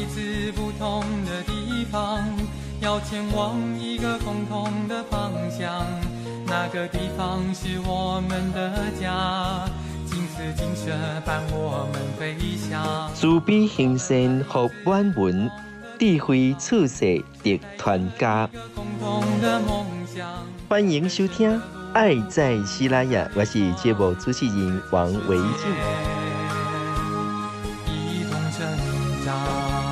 自不同的地方，要前往一个共同的方向，那个地方是我们的家，金丝金蛇伴我们飞翔。 慈悲行善福满门，智慧处世得团家。欢迎收听《爱在西拉雅》，我是节目主持人王维静。 一同成长，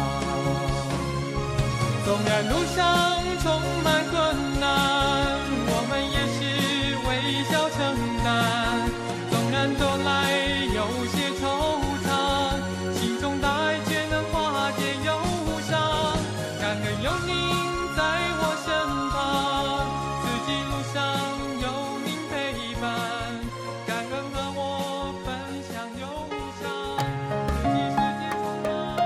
纵然路上充满困难，我们也是微笑承担。纵然走来有些惆怅，心中爱却能化解忧伤。感恩有您在我身旁，四季路上有您陪伴，感恩和我分享忧伤，自己世界充满。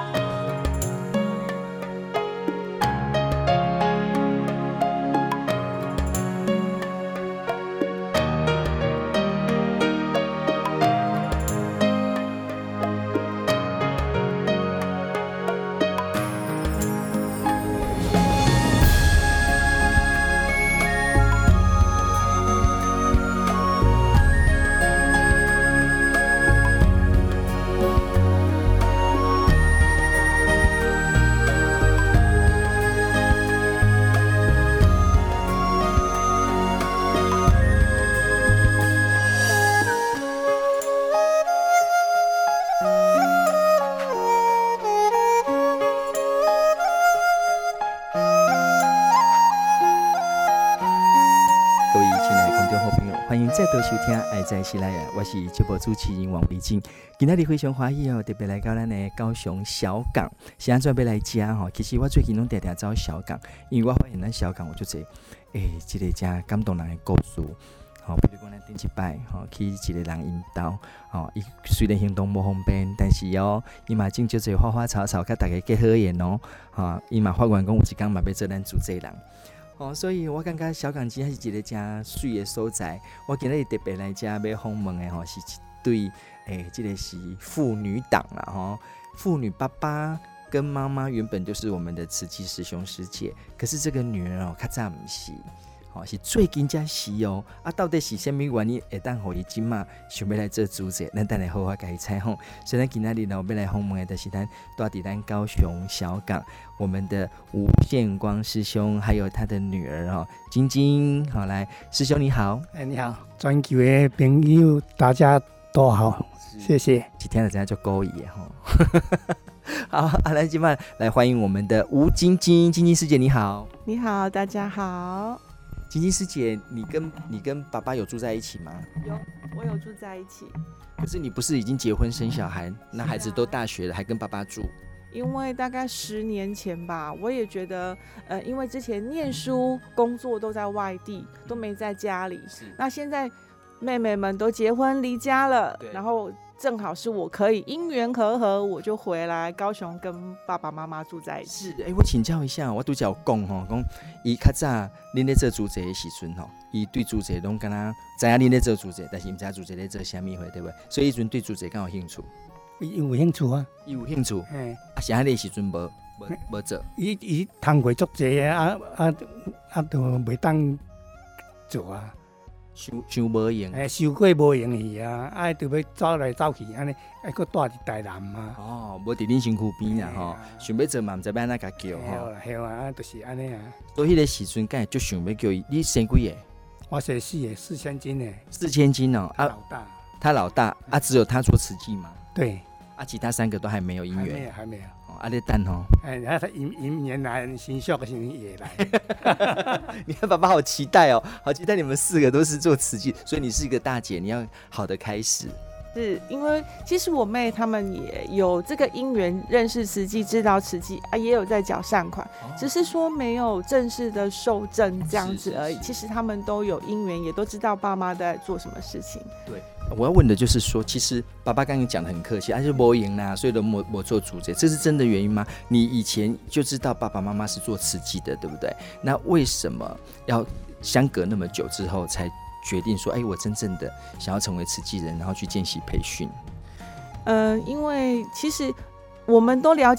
各位亲爱的观众好朋友，欢迎再度收听《爱在西拉雅》，我是节目主持人王维静。今天非常欢喜哦，特别来到咱的高雄小港，是安怎要来吃吼？其实我最近拢常常走小港，因为我发现咱小港有足侪这个真感动人的故事。比如讲咱顶一摆去一个人因兜伊虽然行动无方便，但是伊嘛种足侪花花草草，甲大家结好缘伊嘛发愿讲有一天嘛要做咱主持人。所以我感觉小港真是一个真水的所在。我今日特别来这要访问的是一对这个是父女档啦父女爸爸跟妈妈原本就是我们的慈济师兄师姐，可是这个女儿较早不是。是最近才是到底是什么原因会当互伊今嘛想要来做主持？咱等下好好甲伊采访。所以咱今仔日要来访问的就是咱住伫咱高雄小港我们的吴宪光师兄，还有他的女儿晶晶。好，来，师兄你好。 你好，全球的朋友大家都好，谢谢。 一听就知道就故意的好，来今晚来欢迎我们的吴晶晶，晶晶师姐你好。 你好，大家好。 晶晶师姐，你跟爸爸有住在一起吗？ 有，我有住在一起。 可是你不是已经结婚生小孩，那孩子都大学了，还跟爸爸住？ 因为大概10年前吧，我也觉得，因为之前念书、工作都在外地，都没在家里。那现在妹妹们都结婚离家了，然后正好是我可以因缘和，我就回来高雄跟爸爸妈妈住在一起。 是，我请教一下，我拄才有讲伊较早恁咧做主持的时阵伊对主持拢敢若知影恁咧做主持，但是毋知影主持咧做啥物货，对不对？所以迄阵对主持敢有兴趣？ 伊有兴趣啊， 伊有兴趣。是安尼时阵无做。 伊通过足济就袂当做啊。 想无用， 受过无用去啊，就要走来走去，安尼还佫住伫台南嘛。 无伫恁身躯边想要做嘛，毋知要安怎甲叫系啊，就是安尼啊。 所以迄个时阵，敢会就想要叫伊，你生几个？ 我生4个，4000斤的。 4000斤哦， 老大。 他老大只有他做慈济嘛？ 对。 其他3个都还没有姻缘。 还没有。 你等他因缘来，新宿的时候也来。 你看爸爸好期待好期待你们4个都是做慈济，所以你是一个大姐，你要好的开始。 是因为其实我妹他们也有这个因缘认识慈济，知道慈济也有在缴善款，只是说没有正式的受证这样子而已。其实他们都有因缘，也都知道爸妈在做什么事情。 对，我要问的就是说，其实爸爸刚刚讲的很客气，就没赢啦，所以都没做主持，这是真的原因吗？你以前就知道爸爸妈妈是做慈济的，对不对？那为什么要相隔那么久之后才决定说，我真正的想要成为慈济人，然后去见习培训？ 因为其实我们都了解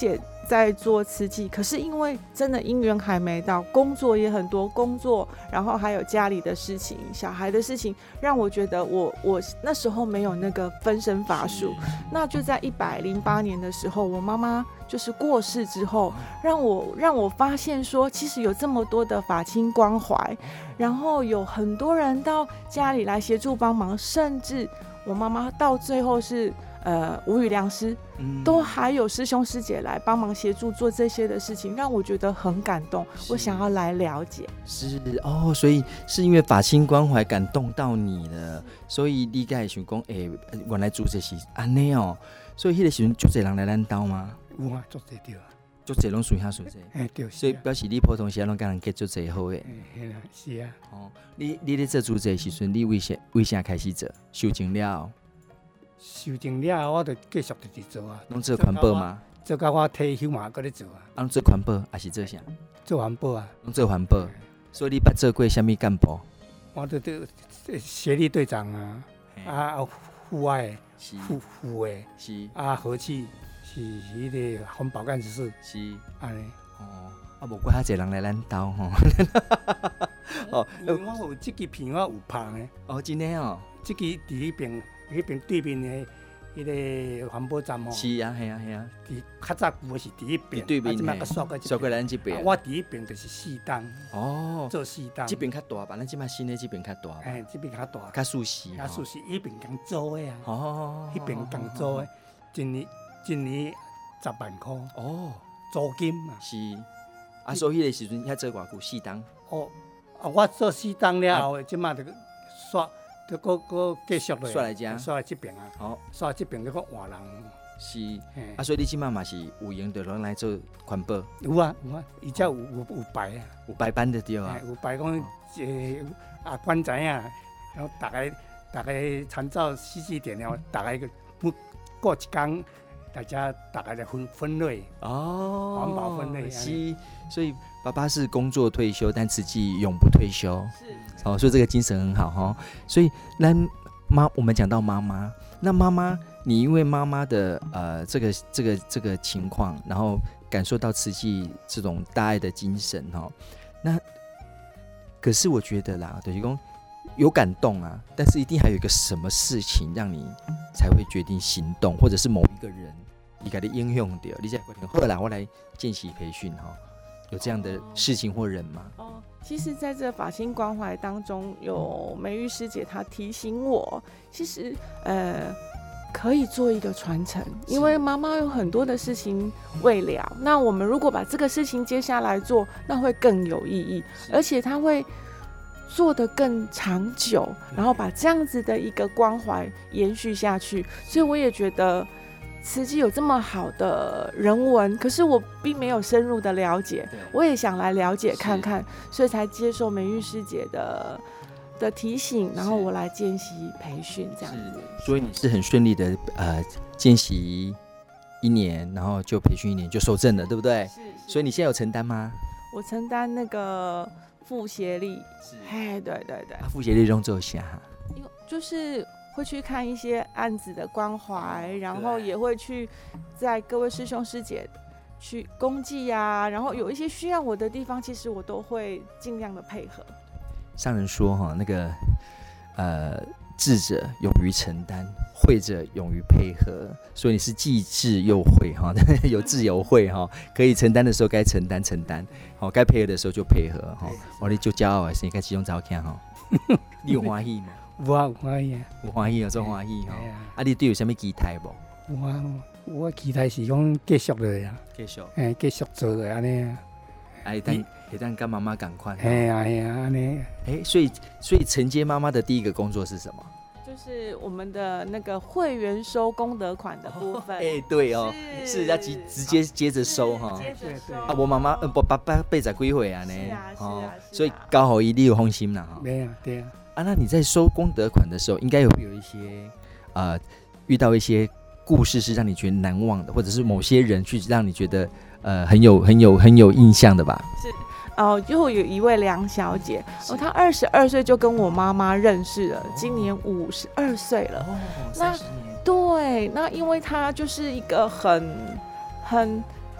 在做慈济，可是因为真的因缘还没到，工作也很多，然后还有家里的事情、小孩的事情，让我觉得我那时候没有那个分身乏术。那就在108年的时候，我妈妈就是过世之后，让我发现说，其实有这么多的法亲关怀，然后有很多人到家里来协助帮忙，甚至我妈妈到最后是无语良师，都还有师兄师姐来帮忙协助做这些的事情，让我觉得很感动。我想要来了解， 是哦，所以是因为法亲关怀感动到你了，所以你才会想讲，原来主这是安尼哦。所以迄个时阵，足侪人来咱兜吗？ 有啊，足侪对啊， 足侪拢属下属侪。 对。 所以表示你普通时拢甲人结足侪好诶。 是啊。 哦，你咧做主这时阵，你为啥开始做？修正了。 修正了，我就继续直做啊。 拢做环保吗？ 做到我退休嘛，搁咧做啊。 拢做环保还是做啥？ 做环保啊。拢做环保。所以你捌做过啥物干部？ 我做协力队长啊，户外副的， 是和气是迄个环保干事， 是安尼。 无怪遐侪人来咱兜吼。 我有即支片我有拍呢。 哦，真诶哦。 即支伫迄边对面的迄个环保站吼。 是啊，系啊，系啊。 较早旧的是伫迄边， 对面即摆个刷过咱这边。 我伫迄边就是4档。 哦。 做4档。 这边较大吧？咱即摆新的这边较大。 这边较大。 较舒适。 较舒适，迄边刚租的啊。 哦。 迄边刚租的，一年10万块。哦。租金嘛。 是。啊，所以迄个时阵遐做偌久4档。 我做4档了后，即摆就刷。就搁继续落， 刷来遮， 刷来这边啊。好，刷来这边就搁换人。 是，所以你即摆嘛是有闲就拢来做环保。 有啊，伊遮有排啊， 有排班就对啊。 有排讲，官知影，然后大家参照四字点了，大家过一天，大家来分类。哦，环保分类。 是，所以爸爸是工作退休，但慈济永不退休。 是。 所以这个精神很好哈。所以我们讲到妈妈，那妈妈，你因为妈妈的这个情况，然后感受到慈济这种大爱的精神哈。那可是我觉得啦，就是说有感动啊，但是一定还有一个什么事情让你才会决定行动，或者是某一个人你给他应用掉，你才决定后来我来见习培训哈。有这样的事情或人吗？ 其实在这法亲关怀当中，有美玉师姐她提醒我，其实可以做一个传承，因为妈妈有很多的事情未了，那我们如果把这个事情接下来做，那会更有意义，而且它会做得更长久，然后把这样子的一个关怀延续下去。所以我也觉得慈济有这么好的人文，可是我并没有深入的了解，我也想来了解看看，所以才接受美玉师姐的提醒，然后我来见习培训这样子。 所以你是很顺利的见习1年，然后就培训1年就受证了，对不对？是。所以你现在有承担吗？ 我承担那个副协力，是。嘿，对。 副协力用做啥？ 就是会去看一些案子的关怀，然后也会去在各位师兄师姐去公祭啊，然后有一些需要我的地方，其实我都会尽量的配合。 上人说哈，那个智者勇于承担，慧者勇于配合，所以你是既智又慧哈，有智有慧哈，可以承担的时候该承担，好，该配合的时候就配合哈。我哋就骄傲的是，该其中照看哈，你有欢喜吗？ 有啊，有欢喜啊， 有欢喜啊，做欢喜哈。你对有啥物期待无？ 我期待是讲继续落呀，继续做落安尼。 会当跟妈妈赶快。 安尼。 所以承接妈妈的第一个工作是什么？ 就是我们的那个会员收功德款的部分。 对哦，是要直接接着收哈。 对。 我妈妈爸爸80几岁啊呢。是啊。所以刚好你有放心啦哈。 对啊。 那你在收功德款的时候，应该会有一些遇到一些故事是让你觉得难忘的，或者是某些人去让你觉得很有印象的吧？ 是。就有一位梁小姐，她22岁就跟我妈妈认识了，今年52岁了。30年。对，那因为她就是一个很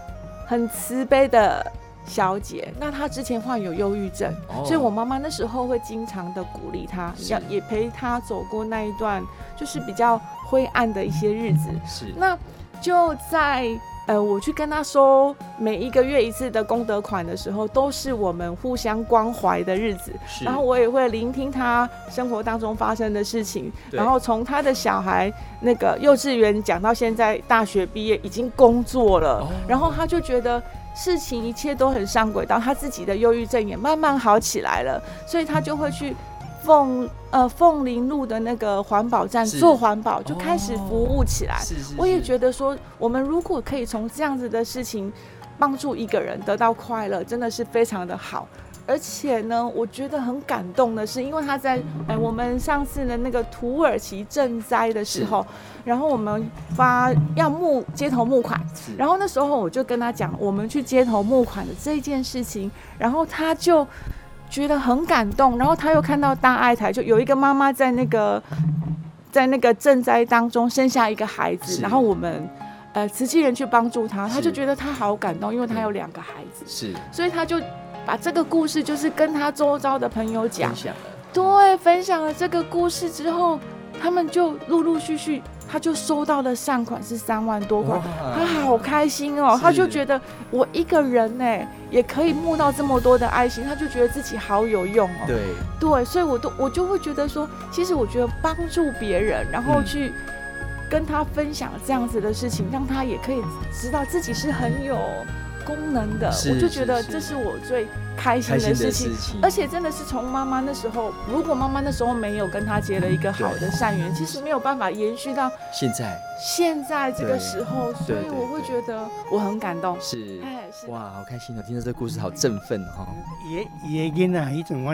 很慈悲的小姐。那她之前患有忧郁症，所以我妈妈那时候会经常的鼓励她，也陪她走过那一段就是比较灰暗的一些日子。 是， 那就在我去跟他收每一个月一次的功德款的时候，都是我们互相关怀的日子。然后我也会聆听他生活当中发生的事情，然后从他的小孩那个幼稚园讲到现在大学毕业已经工作了，然后他就觉得事情一切都很上轨道，他自己的忧郁症也慢慢好起来了，所以他就会去凤林路的那个环保站做环保，就开始服务起来。我也觉得说，我们如果可以从这样子的事情帮助一个人得到快乐，真的是非常的好。而且呢，我觉得很感动的是，因为他在我们上次的那个土耳其赈灾的时候，然后我们要街头募款，然后那时候我就跟他讲我们去街头募款的这件事情，然后他就觉得很感动，然后他又看到大爱台，就有一个妈妈在那个赈灾当中生下一个孩子，然后我们慈济人去帮助他，他就觉得他好感动，因为他有2个孩子，是，所以他就把这个故事就是跟他周遭的朋友讲，对，分享了这个故事之后，他们就陆陆续续，他就收到的善款是3万多块，他好开心哦，他就觉得我一个人也可以募到这么多的爱心，他就觉得自己好有用哦。对，所以我就会觉得说，其实我觉得帮助别人，然后去跟他分享这样子的事情，让他也可以知道自己是很有功能的，我就觉得这是我最开心的事情。而且真的是从妈妈那时候，如果妈妈那时候没有跟他结了一个好的善缘，其实没有办法延续到现在这个时候，所以我会觉得我很感动。是， 哇，好开心哦！听到这个故事好振奋哦。 伊个囡仔迄阵，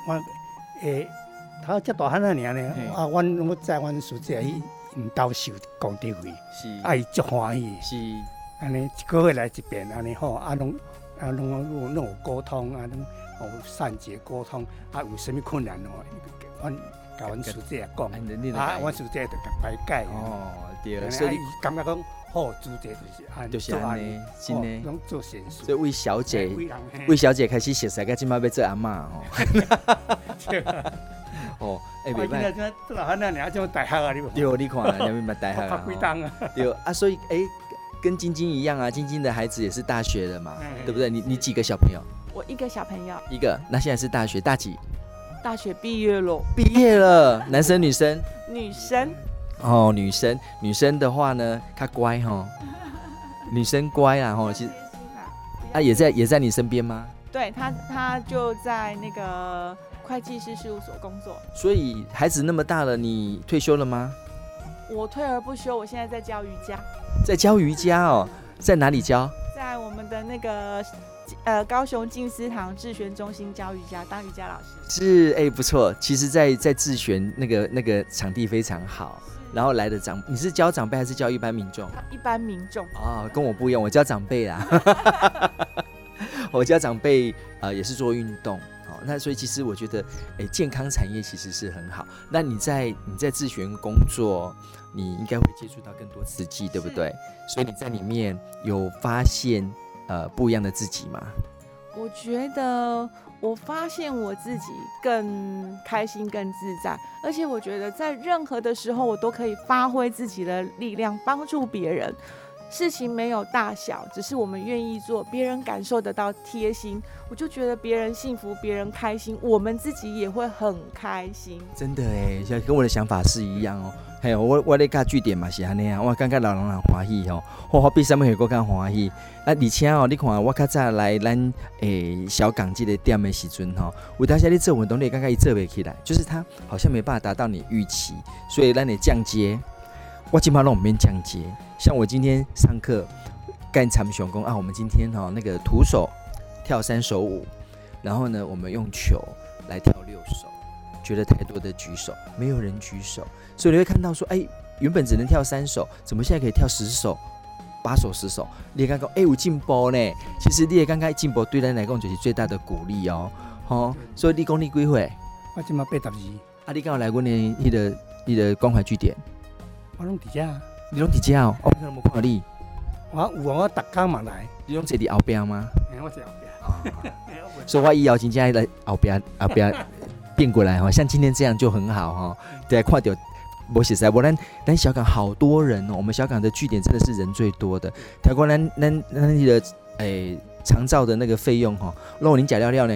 他遮大汉仔尔呢，我在阮叔姐因兜收功德费，伊足欢喜，是，安尼1个月来一遍，安尼吼，拢有沟通，拢有善解沟通，有啥物困难哦，甲阮叔姐讲，阮叔姐就甲排解。对，所以感觉讲好，主姐就是安尼，真的，拢做善事。 所以魏小姐开始熟悉，到今摆要做阿嬷哦。 袂歹。这老汉仔尔种大学啊，你无？ 对，你看啦，你咪大学啊。 拍几档啊？ 对啊，所以跟晶晶一样啊，晶晶的孩子也是大学了嘛，对不对？你几个小朋友？ 我1个小朋友。 1个，那现在是大学大几？ 大学毕业了。 毕业了，男生女生？ 女生。 哦，女生的话呢，她乖哈，女生乖啦哈，其实也在你身边吗？ 对，她就在那个会计师事务所工作。 所以孩子那么大了，你退休了吗？ 我退而不休，我现在在教瑜伽。 在教瑜伽哦，在哪里教？ 在我们的那个高雄静思堂智璇中心教瑜伽，当瑜伽老师。 是，不错。其实在智璇那个场地非常好。然后来的你是教长辈还是教一般民众？ 一般民众。 哦，跟我不一样，我教长辈啦。我教长辈也是做运动。好，那所以其实我觉得，健康产业其实是很好。那你在智璇工作，你应该会接触到更多慈济，对不对？所以你在里面有发现不一样的自己吗？ 我觉得我发现我自己更开心、更自在，而且我觉得在任何的时候，我都可以发挥自己的力量，帮助别人。事情没有大小，只是我们愿意做，别人感受得到贴心，我就觉得别人幸福，别人开心，我们自己也会很开心。 真的像跟我的想法是一样哦。还有我咧教据点嘛是安尼啊，我感觉老人欢喜哦，我比什么会更加欢喜。而且哦，你看我较早来咱小港这个店的时阵吼，有当时你做运动，你感觉伊做不起来，就是他好像没办法达到你预期，所以咱得降阶。我基本上都没降阶，像我今天上课干长雄功啊，我们今天那个徒手跳3手舞，然后呢，我们用球来跳6手，觉得太多的举手，没有人举手，所以你会看到说，原本只能跳3手，怎么现在可以跳10手、8手、10手？你也刚刚有进步呢。其实你也刚刚进步，对咱来讲就是最大的鼓励哦。所以你讲你几岁？ 我今嘛82。 你刚好来过你的关怀据点？ 我拢伫遮。 你拢伫遮哦？我可能没看到你。 我有我逐工嘛来。 你拢坐伫后边吗？ 我坐后边。 所以我以后真正来后边变过来哈，像今天这样就很好哈。对，看到无实在，咱小港好多人哦，我们小港的据点真的是人最多的。台湾咱那个长照的那个费用哈，让我您假料料呢，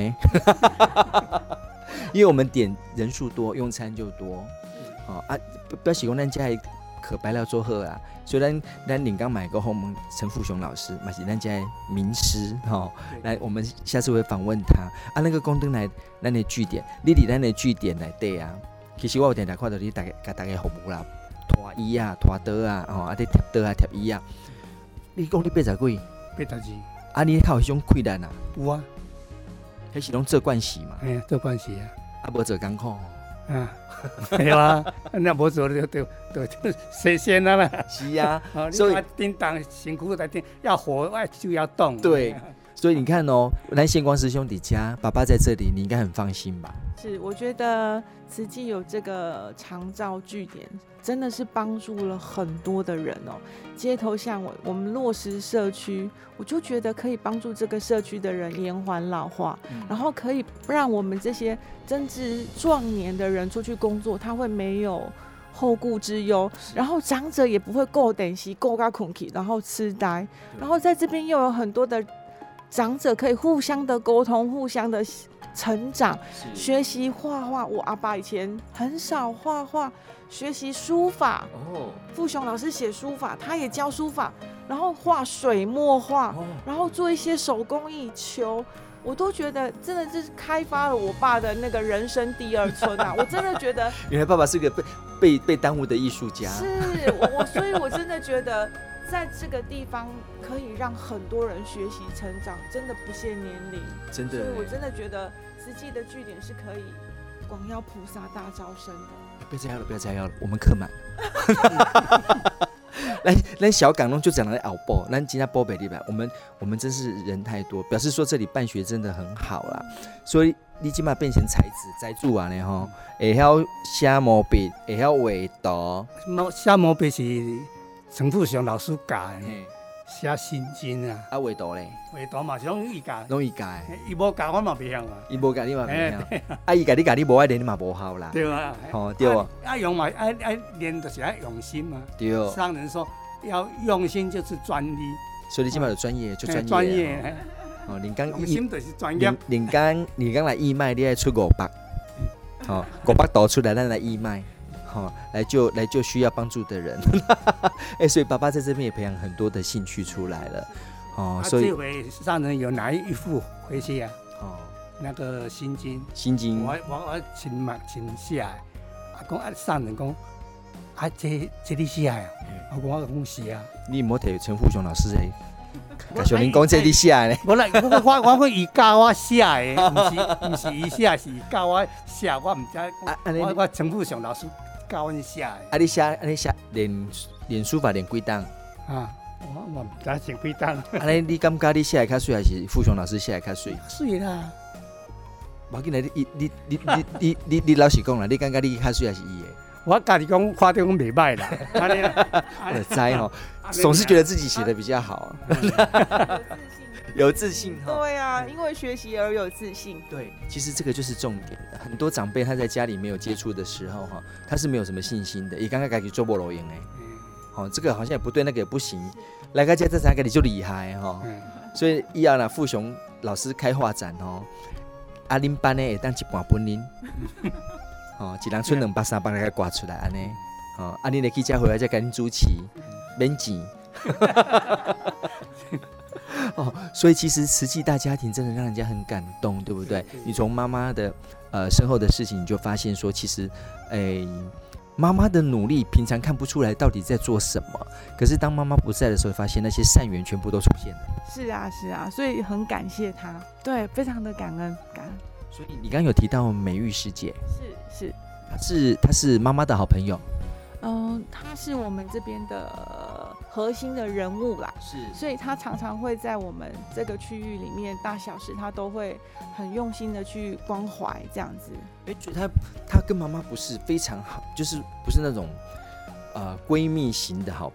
因为我们点人数多，用餐就多。不要喜欢咱家的可白料做好啊。所以咱领刚买过后，我们陈富雄老师嘛是咱家的名师哈。来，我们下次会访问他啊。那个公灯来咱的据点，你伫咱的据点内底啊。其实我有定定看到你大家服务啦，拖椅啊、拖刀啊，啊伫贴刀啊、贴椅啊。你讲你80几 ？82。 啊，你靠迄种困难啊？ 有啊， 迄是拢做惯势嘛？ 做惯势啊。 啊，无做艰苦。 对啊，那无做就谁先啊啦？ 是啊， 所以叮当辛苦在叮，要活就要动。 对，所以你看哦，咱宪光师兄弟家，爸爸在这里，你应该很放心吧？ 是，我觉得慈济有这个长照据点，真的是帮助了很多的人哦。街头巷尾，我们落实社区，我就觉得可以帮助这个社区的人延缓老化，然后可以让我们这些正值壮年的人出去工作，他会没有后顾之忧，然后长者也不会够等息、够到困起，然后痴呆，然后在这边又有很多的长者可以互相的沟通、互相的成长，学习画画。我阿爸以前很少画画，学习书法。富雄老师写书法，他也教书法，然后画水墨画，然后做一些手工艺球。我都觉得真的是开发了我爸的那个人生第二春啊！我真的觉得， 原来爸爸是个被耽误的艺术家。 是所以我真的觉得，在这个地方可以让很多人学习成长，真的不限年龄。 真的， 所以我真的觉得慈济的据点是可以广邀菩萨大招生的。 不要再要了，我们客满。咱小港弄就讲来熬报，咱今天报北地吧。我们真是人太多，表示说这里办学真的很好啦。所以你今嘛变成才子栽住啊呢吼，会晓写毛笔，会晓画图。 写毛笔是陈富雄老师教的，写心经啊。 啊，画图咧？ 画图嘛是拢伊教， 拢伊教。 伊无教我嘛袂晓嘛。 伊无教你嘛袂晓。啊，伊教你无爱练，你嘛无效啦。 对啊。 吼对啊。 用嘛练就是要用心嘛。 对。 上人说要用心就是专一。 所以你今嘛有专业就专业。 专业。 林刚用心就是专业。 林刚来义卖，你爱出500，500倒出来，咱来义卖。来就需要帮助的人，所以爸爸在这边也培养很多的兴趣出来了，所以这回上人有拿一副回去啊，那个心经，我请写，讲上人讲，这你写啊，我讲是啊， 你莫提陈富雄老师甲小林讲这你写呢？ 我伊教我写的，不是伊写，是伊教我写，我唔知，我陈富雄老师。教阮写的。 你写练书法练几档？ 我唔知练几档。 你感觉你写的较水，还是富雄老师写的较水？ 水啦。 无紧来，你老实讲啦，你感觉你较水还是伊的？ 我家己讲，看到讲袂歹啦。 我的知哦，总是觉得自己写的比较好。有自信对啊，因为学习而有自信。 对，其实这个就是重点。很多长辈他在家里没有接触的时候他是没有什么信心的。伊刚刚自己做不落用这个好像也不对，那个也不行。来个家这三个你就厉害所以以后呢，富雄老师开画展恁班呢会当一半本领一人出200、300来挂出来安尼恁的记者会再给恁主持，免钱。所以其实慈济大家庭真的让人家很感动，对不对？你从妈妈的身后的事情，你就发现说，其实妈妈的努力平常看不出来到底在做什么，可是当妈妈不在的时候，发现那些善缘全部都出现了。 是啊，所以很感谢她，对，非常的感恩。 所以你刚刚有提到美玉师姐， 是， 她是妈妈的好朋友。 他是我们这边的核心的人物啦，所以他常常会在我们这个区域里面大小事，他都会很用心的去关怀这样子。 觉得他跟妈妈不是非常好，就是不是那种闺蜜型的好朋友，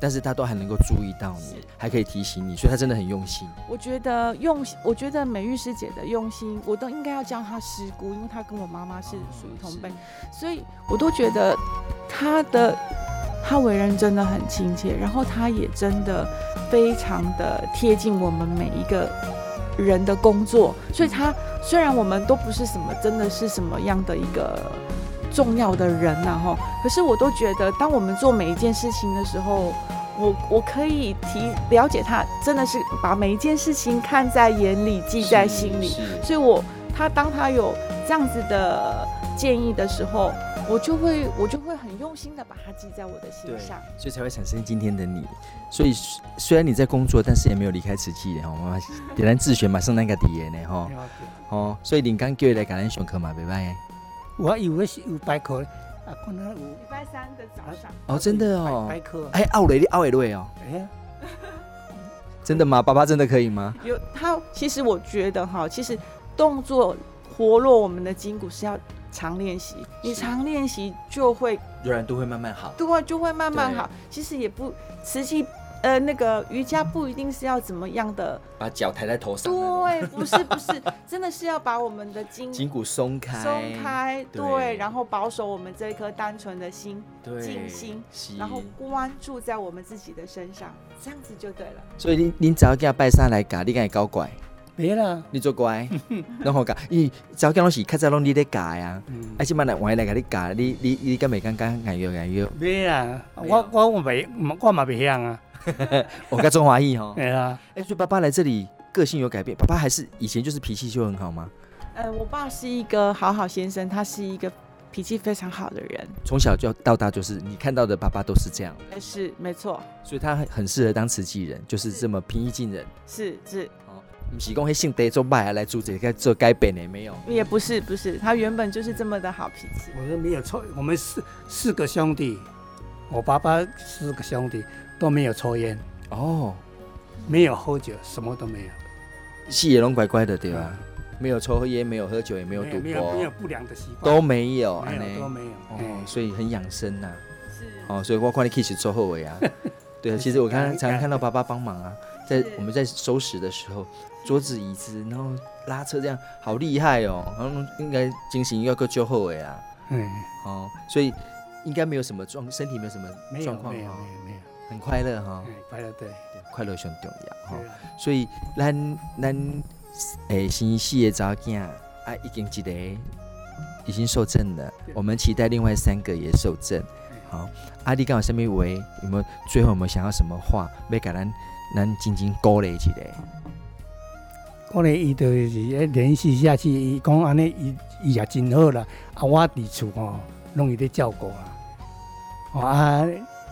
但是他都还能够注意到你，还可以提醒你，所以他真的很用心。 我觉得美玉师姐的用心，我都应该要叫她师姑，因为她跟我妈妈是属于同辈，所以我都觉得她为人真的很亲切，然后她也真的非常的贴近我们每一个人的工作，所以她虽然我们都不是真的是什么样的一个重要的人呐，可是我都觉得，当我们做每一件事情的时候，我可以了解他，真的是把每一件事情看在眼里，记在心里。所以当他有这样子的建议的时候，我就会很用心的把它记在我的心上， 所以才会产生今天的你。所以虽然你在工作，但是也没有离开慈济的哈。妈妈点燃自学马上那个底的呢哈。哦，所以林刚叫你来给咱上课嘛，袂歹。 我以为是有排课，可能有礼拜三的早上。 哦，真的哦。 排课。 哎，奥雷，你奥会累哦。哎呀。真的吗？爸爸真的可以吗？ 有他，其实我觉得哈，其实动作活络我们的筋骨是要常练习，你常练习就会柔软度会慢慢好， 对，就会慢慢好。其实也不慈济。那个瑜伽不一定是要怎么样的， 把脚抬在头上。 对，不是，真的是要把我们的筋骨松开， 对，然后保守我们这一颗单纯的心，静心，然后关注在我们自己的身上，这样子就对了。 所以你只要给他拜山来教，你敢会搞怪？ 没啦， 你做乖，然后教，只要讲拢是较早拢你咧教呀，即摆来换来甲你教，你敢袂敢硬约？ 没啦，我嘛袂晓啊。 我跟中华裔哈， 对啊， 所以爸爸来这里个性有改变，爸爸还是以前就是脾气就很好吗？ 我爸是一个好先生，他是一个脾气非常好的人， 从小就到大就是你看到的爸爸都是这样， 是没错， 所以他很适合当慈济人，就是这么平易近人， 是， 不是讲性德做败来做这个做改变的没有， 也不是，他原本就是这么的好脾气。 我说没有抽，我们四个兄弟，我爸爸4个兄弟。都没有抽烟哦，没有喝酒，什么都没有， 戏也拢乖乖的对吧？没有抽烟，没有喝酒，也没有赌博， 没有不良的习惯， 都没有， 都没有哦，所以很养生呐。是哦，所以我看你 kiss 做后尾啊，对啊，其实我常常看到爸爸帮忙啊，我们在收拾的时候，桌子椅子，然后拉车这样，好厉害哦，然后应该精神要够救后尾啊，哦，所以应该没有什么身体没有什么状况，没有。很快乐哈， 快乐对， 快乐很重要哈。所以咱新系的查囝啊，已经受证了，我们期待另外3个也受证。好，阿弟刚好身边有没有最后有没有想要什么话要给咱静静鼓励一下？ 鼓励伊就是联系下去，伊讲安尼伊也真好啦。我伫厝吼，拢伊咧照顾啦。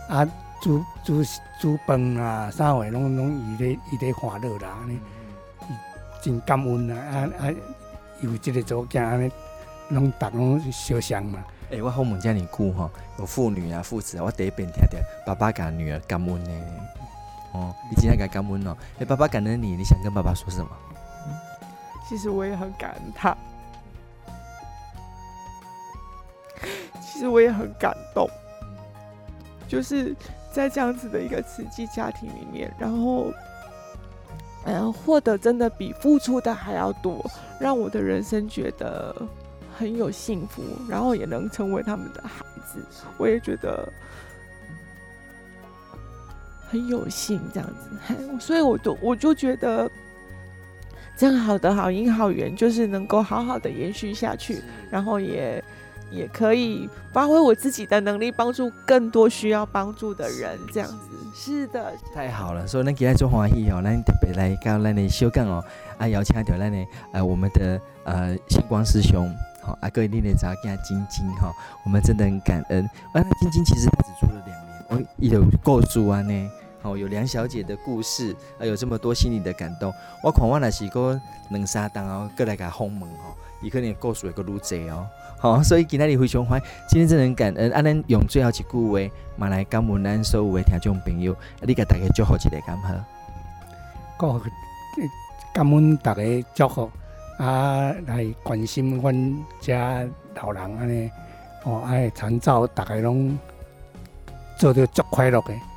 煮饭啊，啥话拢伊咧欢乐啦，安尼真感恩啦。有这个组囝安尼，拢大拢相像嘛。 我好问这么久哈，有父女啊、父子啊，我第一遍听到爸爸给女儿感恩呢。哦，你今天给感恩哦。爸爸感恩你，你想跟爸爸说什么？ 其实我也很感恩他，其实我也很感动，就是在这样子的一个慈济家庭里面，然后获得真的比付出的还要多，让我的人生觉得很有幸福，然后也能成为他们的孩子，我也觉得很有幸这样子，所以我就觉得这样好的好因好缘，就是能够好好的延续下去，然后也可以发挥我自己的能力，帮助更多需要帮助的人，这样子。是的， 太好了，所以咱今天做欢喜哦，咱特别来到咱的小港哦，邀请到咱的我们的星光师兄，好各位你的查囝晶晶哈，我们真的很感恩。晶晶其实她只做了2年，伊有够足啊呢。有梁小姐的故事，有这么多心里的感动。我看我若是过2、3档哦，过来给访问吼，伊可能故事会更多哦。好，所以今天非常欢，今天真的很感恩。咱用最后一句话，嘛来感恩咱所有的听众朋友，你给大家祝福一个敢好？ 感恩大家祝福来关心阮家老人安尼，参照大家拢做得足快乐的。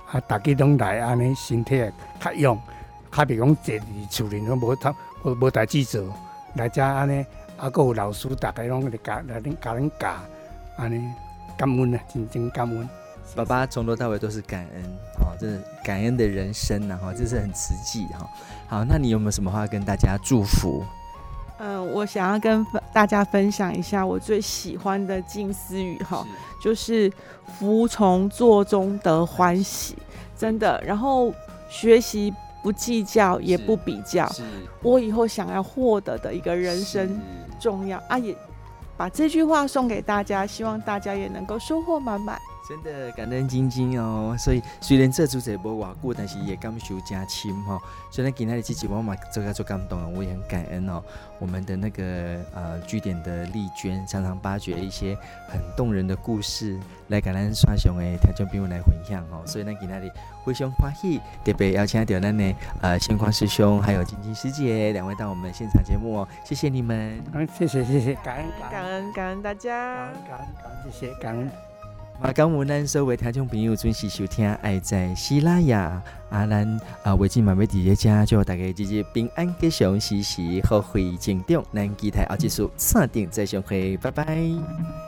啊，大家拢来安尼，身体较勇，较袂讲坐伫厝里拢无代志做，来遮安尼，啊，佫有老师，大家拢来教恁教，安尼感恩啊，真感恩。 爸爸从头到尾都是感恩，真的感恩的人生啊，这是很实际哈。好，那你有没有什么话跟大家祝福？ 我想要跟大家分享一下我最喜欢的静思语哈，就是服从做中得欢喜，真的。然后学习不计较也不比较，我以后想要获得的一个人生重要啊，也把这句话送给大家，希望大家也能够收获满满。 真的感恩晶晶哦，所以虽然这主持无偌久，但是也感受真深哈。虽然今天的这集我嘛做感动了，我也很感恩哦。我们的那个据点的丽娟常常发掘一些很动人的故事来跟咱线上的听众朋友来分享哦。所以咱今天的非常欢喜，特别邀请到咱的星光师兄还有晶晶师姐两位到我们现场节目哦，谢谢你们。 谢谢，感恩大家， 感恩，谢谢感恩。 感恩咱所有听众朋友准时收听《爱在西拉雅》咱为今嘛要伫咧遮，祝大家日日平安吉祥，时时好运成长。咱期待后一次线顶再相会，拜拜。